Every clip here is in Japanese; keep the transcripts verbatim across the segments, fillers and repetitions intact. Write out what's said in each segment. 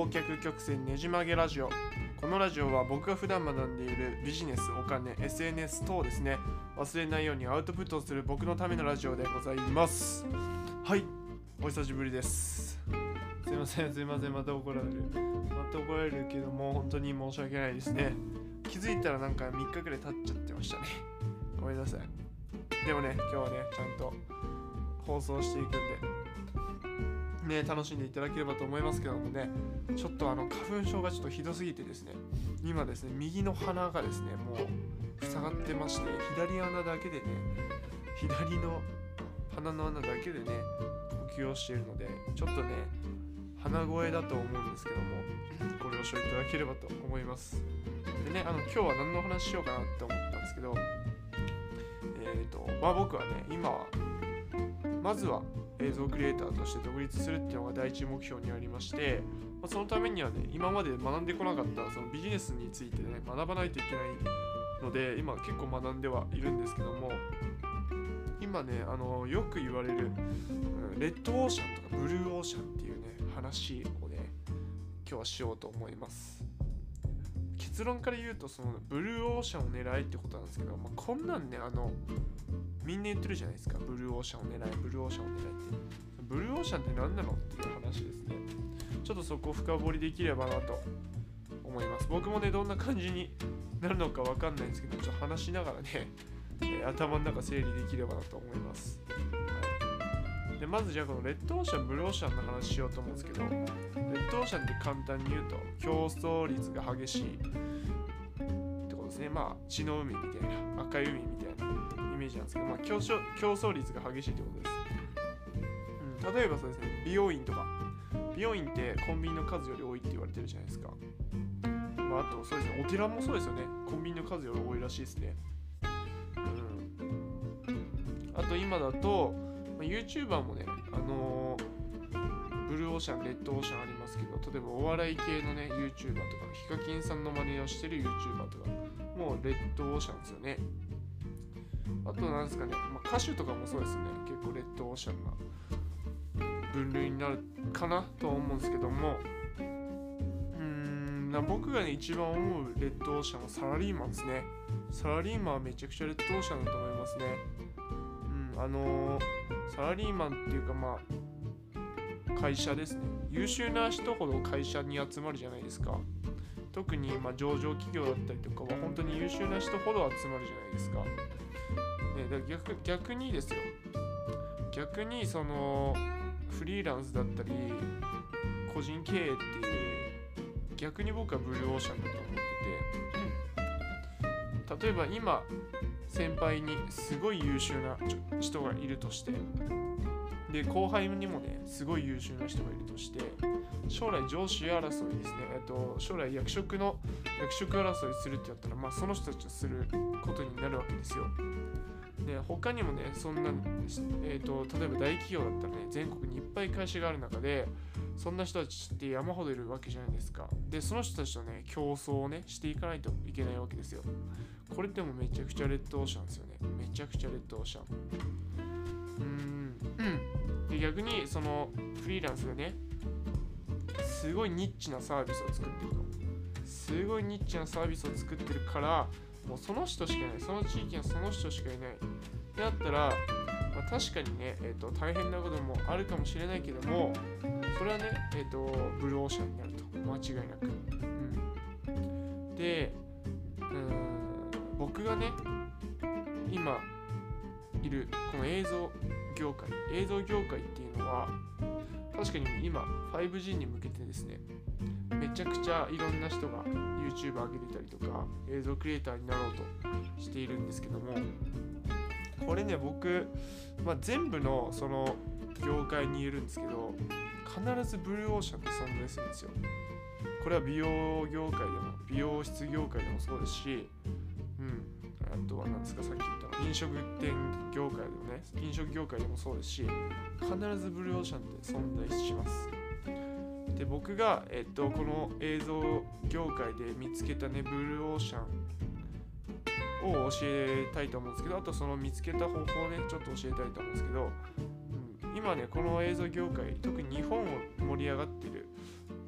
忘却曲線ねじ曲げラジオ。このラジオは僕が普段学んでいるビジネス、お金、エスエヌエス 等ですね、忘れないようにアウトプットをする僕のためのラジオでございます。はい、お久しぶりです。すいませんすいませんまた怒られるまた怒られるけども本当に申し訳ないですね。気づいたらなんかみっかくらい経っちゃってましたね。ごめんなさい。でもね、今日はねちゃんと放送していくんでね、楽しんでいただければと思いますけどもね、ちょっとあの花粉症がちょっとひどすぎてですね、今ですね右の鼻がですねもう塞がってまして、左穴だけでね左の鼻の穴だけでね呼吸をしているので、ちょっとね鼻声だと思うんですけどもご了承いただければと思います。でね、あの今日は何の話しようかなって思ったんですけど、えっとまあ僕はね今はまずは映像クリエイターとして独立するっていうのが第一目標にありまして、まあ、そのためにはね今まで学んでこなかったそのビジネスについてね学ばないといけないので、今結構学んではいるんですけども、今ねあのよく言われる、うん、レッドオーシャンとかブルーオーシャンっていうね話をね今日はしようと思います。結論から言うと、そのブルーオーシャンを狙いってことなんですけど、まあ、こんなんねあのみんな言ってるじゃないですか。ブルーオーシャンを狙いブルーオーシャンを狙いって、ブルーオーシャンって何なのっていう話ですね。ちょっとそこを深掘りできればなと思います。僕もねどんな感じになるのかわかんないんですけど、ちょっと話しながらね、えー、頭の中整理できればなと思います。はい、でまずじゃあこのレッドオーシャンブルーオーシャンの話しようと思うんですけど、レッドオーシャンって簡単に言うと競争率が激しいってことですね。まあ血の海みたいな、赤い海みたいなイメージなんですけど、まあ、競争、競争率が激しいってことです。うん、例えばそうですね、美容院とか。美容院ってコンビニの数より多いって言われてるじゃないですか。まあ、あとそうですね、お寺もそうですよね。コンビニの数より多いらしいですね。うん。あと今だと、まあ、YouTuber もね、あのー、ブルーオーシャン、レッドオーシャンありますけど、例えばお笑い系のね、YouTuber とか、ヒカキンさんの真似をしてる YouTuber とか、もうレッドオーシャンですよね。あとなんですかね、まあ、歌手とかもそうですね、結構レッドオーシャンな分類になるかなとは思うんですけども、うーんな僕がね一番思うレッドオーシャンはサラリーマンですね。サラリーマンはめちゃくちゃレッドオーシャンだと思いますね。うん、あのー、サラリーマンっていうかまあ会社ですね。優秀な人ほど会社に集まるじゃないですか。特にまあ上場企業だったりとかは本当に優秀な人ほど集まるじゃないですか。ね、だから 逆, 逆にですよ逆にそのフリーランスだったり個人経営っていう逆に僕はブルーオーシャンだと思ってて、例えば今先輩にすごい優秀な人がいるとして、で後輩にもねすごい優秀な人がいるとして、将来上司争いですね、えっと、将来役職の役職争いするってやったら、まあ、その人たちとすることになるわけですよ。で他にもねそんな、えーと、例えば大企業だったらね全国にいっぱい会社がある中でそんな人たちって山ほどいるわけじゃないですか。でその人たちとね競争をねしていかないといけないわけですよ。これってもめちゃくちゃレッドオーシャンですよね。めちゃくちゃレッドオーシャン。うーんうんで逆にそのフリーランスがねすごいニッチなサービスを作ってると、すごいニッチなサービスを作ってるからもうその人しかいない、その地域はその人しかいないってなったら、まあ、確かにね、えーと、大変なこともあるかもしれないけども、それはね、えーと、ブルーオーシャンになると間違いなく、うん、でうーん僕がね今いるこの映像業界映像業界っていうのは確かに今 ファイブジー に向けてですねめちゃくちゃいろんな人が YouTube 上げてたりとか映像クリエイターになろうとしているんですけども、これね僕、まあ、全部のその業界に言えるんですけど必ずブルーオーシャンって存在するんですよ。これは美容業界でも美容室業界でもそうですし、うんあとは何ですかさっき言ったの飲食店業界でもね飲食業界でもそうですし、必ずブルーオーシャンって存在します。で僕が、えっと、この映像業界で見つけたねブルーオーシャンを教えたいと思うんですけど、あとその見つけた方法をねちょっと教えたいと思うんですけど、うん、今ねこの映像業界特に日本を盛り上がってる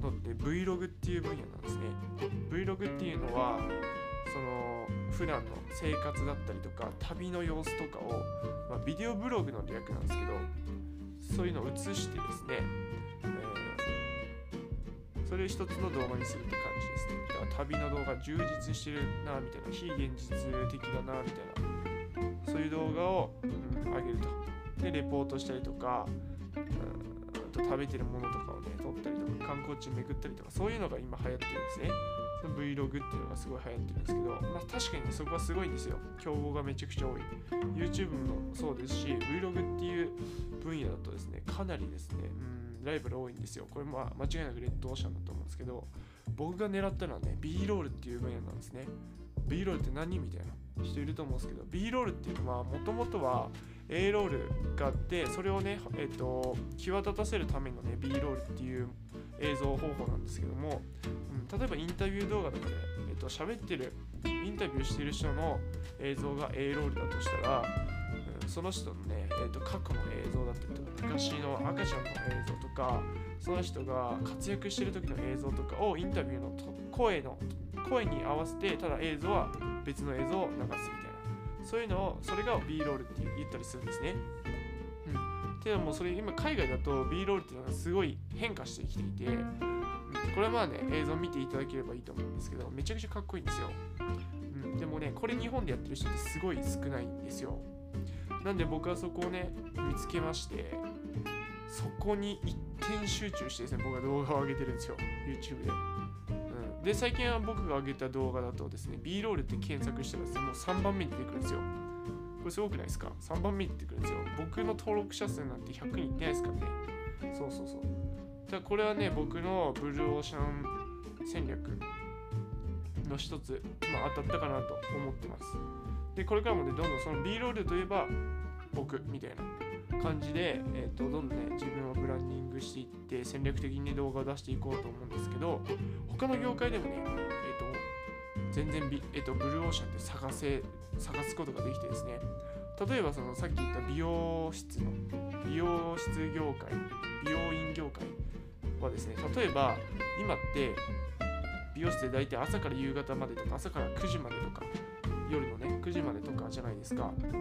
のって Vlog っていう分野なんですね。Vlog っていうのはその普段の生活だったりとか旅の様子とかを、まあ、ビデオブログの略なんですけど、そういうのを映してですね、えー、それを一つの動画にするって感じですね。だから旅の動画充実してるなみたいな、非現実的だなみたいな、そういう動画を、うん、上げると。でレポートしたりとか、うん、あと食べてるものとかをね撮ったりとか、観光地巡ったりとか、そういうのが今流行ってるんですね。その Vlog っていうのがすごい流行ってるんですけど、まあ確かに、ね、そこはすごいんですよ。競合がめちゃくちゃ多い。YouTube もそうですし、Vlog っていう分野だとですね、かなりですね、うん、ライバル多いんですよ。これも間違いなくレッドオーシャンだと思うんですけど、僕が狙ったのはね、B ロールっていう分野なんですね。B ロールって何みたいな人いると思うんですけど、B ロールっていうのはもともとは A ロールがあって、それをね、えっと、際立たせるためのね、B ロールっていう映像方法なんですけども、うん、例えばインタビュー動画とかで、えっと、喋ってる、インタビューしてる人の映像が A ロールだとしたら、うん、その人のね、えっと、過去の映像だったりとか、昔の赤ちゃんの映像とか、その人が活躍してる時の映像とかをインタビューの声の声に合わせて、ただ映像は別の映像を流すみたいな、そういうのを、それが B ロールって言ったりするんですね。うん。ていうのも、それ今海外だと B ロールっていうのがすごい変化してきていて、うん、これはまあね、映像見ていただければいいと思うんですけど、めちゃくちゃかっこいいんですよ。うん。でもね、これ日本でやってる人ってすごい少ないんですよ。なんで僕はそこをね、見つけまして、そこに一点集中してですね、僕は動画を上げてるんですよ、YouTube で。うん、で、最近は僕が上げた動画だとですね、B ロールって検索したらですね、もうさんばんめに出てくるんですよ。これすごくないですか？ さん 番目に出てくるんですよ。僕の登録者数なんてひゃくにんいってないですからね。そうそうそう。だからこれはね、僕のブルーオーシャン戦略の一つ、まあ、当たったかなと思ってます。で、これからもね、どんどんその B ロールといえば僕みたいな感じで、えーと、どんどんね、自分をブランディングしていって戦略的に、ね、動画を出していこうと思うんですけど、他の業界でもね、えーと、全然、B えーと、ブルーオーシャンって探せ、探すことができてですね、例えばそのさっき言った美容室の、美容室業界、美容院業界はですね、例えば今って美容室で大体朝から夕方までとか、朝からくじまでとか、夜のね、くじまでとかじゃないですか。うん、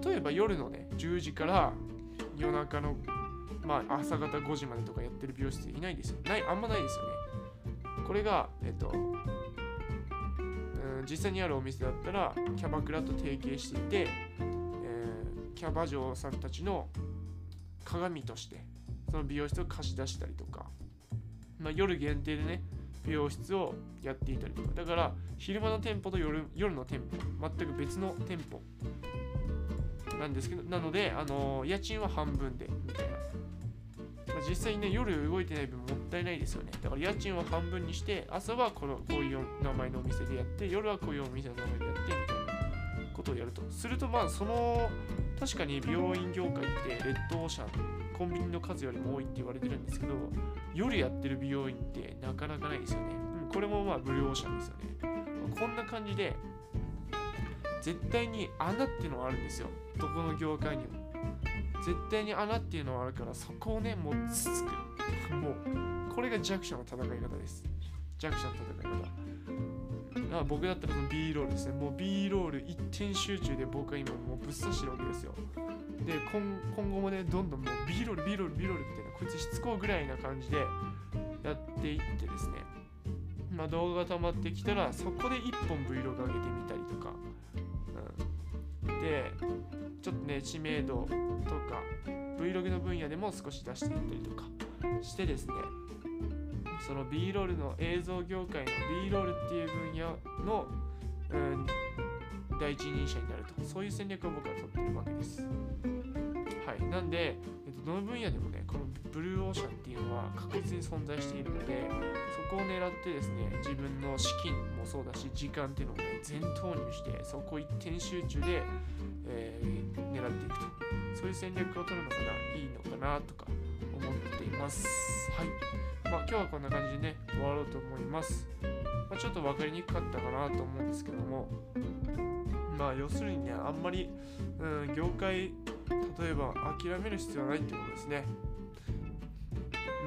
例えば夜のね、じゅうじから夜中の、まあ、朝方ごじまでとかやってる美容室いないですよ。ない、あんまないですよね。これが、えっと、うん、実際にあるお店だったら、キャバクラと提携していて、えー、キャバ嬢さんたちの鏡として、その美容室を貸し出したりとか、まあ、夜限定でね、美容室をやっていたりとか、だから昼間の店舗と 夜, 夜の店舗全く別の店舗なんですけど、なので、あのー、家賃は半分でみたいな、まあ、実際にね、夜動いてない分もったいないですよね。だから家賃は半分にして、朝はこのこういう名前のお店でやって、夜はこういうお店の名前でやってみたいなことをやるとすると、まあその確かに美容院業界ってレッドオーシャン、コンビニの数よりも多いって言われてるんですけど、夜やってる美容院ってなかなかないですよね。うん、これもまあブルーオーシャンですよね。こんな感じで絶対に穴っていうのはあるんですよ。どこの業界にも絶対に穴っていうのはあるから、そこをね、もうつつく。もうこれが弱者の戦い方です。弱者の戦い方。あ、僕だったらその B ロールですね。もう B ロール一点集中で僕は今もうぶっ刺してるわけですよ。で、今, 今後もね、どんどんもう B ロール、B ロール、B ロールっていうのはこいつしつこいぐらいな感じでやっていってですね、まあ、動画が溜まってきたら、そこでいっぽん Vlog 上げてみたりとか、うん、で、ちょっとね、知名度とか Vlog の分野でも少し出していったりとかしてですね、その B ロールの映像業界の B ロールっていう分野の、うん、第一人者になると、そういう戦略を僕は取ってるわけです。はい、なんで、えっと、どの分野でもね、このブルーオーシャンっていうのは確実に存在しているので、そこを狙ってですね、自分の資金もそうだし、時間っていうのをね、全投入して、そこを一点集中で、えー、狙っていくと、そういう戦略を取るのがいいのかなとか思っています。はい。まあ今日はこんな感じでね、終わろうと思います。まあ、ちょっと分かりにくかったかなと思うんですけども、まあ要するにね、あんまり、うん、業界、例えば諦める必要はないってことですね。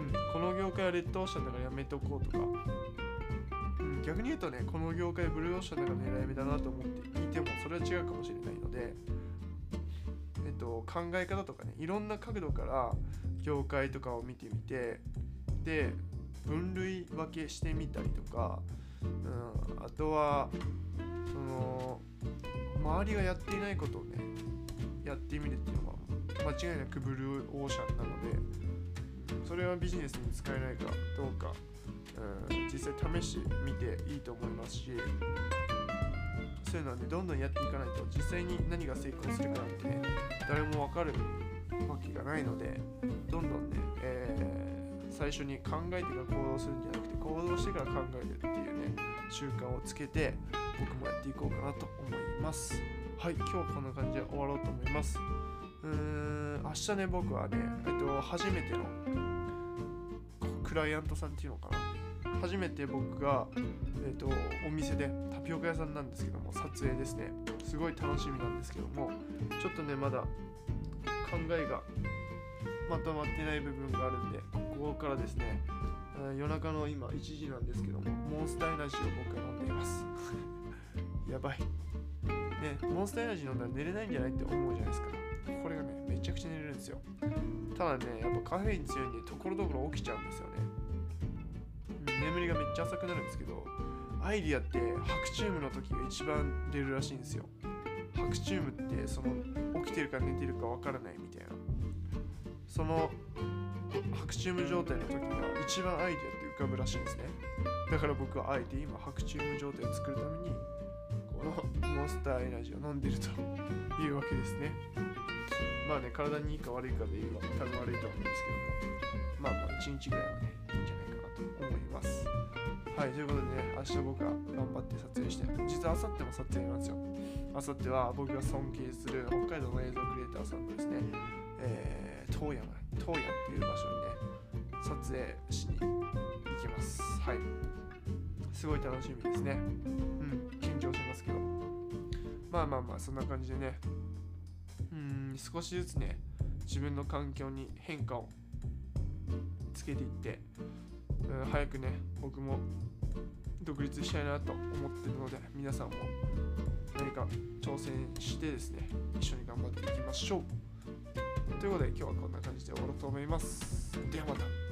ん、この業界はレッドオーシャンだからやめとこうとか、うん、逆に言うとね、この業界ブルーオーシャンだから狙い目だなと思っていてもそれは違うかもしれないので、えっと、考え方とかね、いろんな角度から業界とかを見てみて、で分類分けしてみたりとか、うん、あとはその周りがやっていないことをねやってみるっていうのは間違いなくブルーオーシャンなので、それはビジネスに使えないかどうか、うん、実際試してみていいと思いますし、そういうのはねどんどんやっていかないと実際に何が成功するかなんてね誰も分かるわけがないので、どんどんね、えー、最初に考えてから行動するんじゃなくて行動してから考えるっていうね習慣をつけて僕もやっていこうかなと思います。はい、今日はこんな感じで終わろうと思います。うーん、明日ね僕はね、えっと、初めてのクライアントさんっていうのかな、初めて僕が、えっと、お店でタピオカ屋さんなんですけども撮影ですね、すごい楽しみなんですけども、ちょっとねまだ考えがまとまってない部分があるんで、ここからですね、夜中の今いちじなんですけどもモンスターエナジーを僕は飲んでいますやばいね、モンスターエナジー飲んだら寝れないんじゃないって思うじゃないですか。これがねめちゃくちゃ寝れるんですよ。ただねやっぱカフェイン強いんでところどころ起きちゃうんですよね、うん、眠りがめっちゃ浅くなるんですけど、アイディアって白チュームの時が一番出るらしいんですよ。白チュームってその起きてるか寝てるかわからないみたいな、その白チューム状態の時が一番アイディアって浮かぶらしいんですね。だから僕はあえて今白チューム状態を作るためにこのモンスターエナジーを飲んでるというわけですね。まあね、体にいいか悪いかで言えば多分悪いと思うんですけども、まあまあいちにちぐらいはねいいんじゃないかなと思います。はい、ということでね、明日僕は頑張って撮影して、実は明後日も撮影なんですよ。明後日は僕が尊敬する北海道の映像クリエイターさんとですね、えー、東山東山っていう場所にね撮影しに行きます。はい、すごい楽しみですね。うん、緊張しますけど、まあまあまあそんな感じでね、うーん少しずつね自分の環境に変化をつけていって、うん、早くね僕も独立したいなと思っているので、皆さんも何か挑戦してですね一緒に頑張っていきましょう。ということで今日はこんな感じで終わろうと思います。ではまた。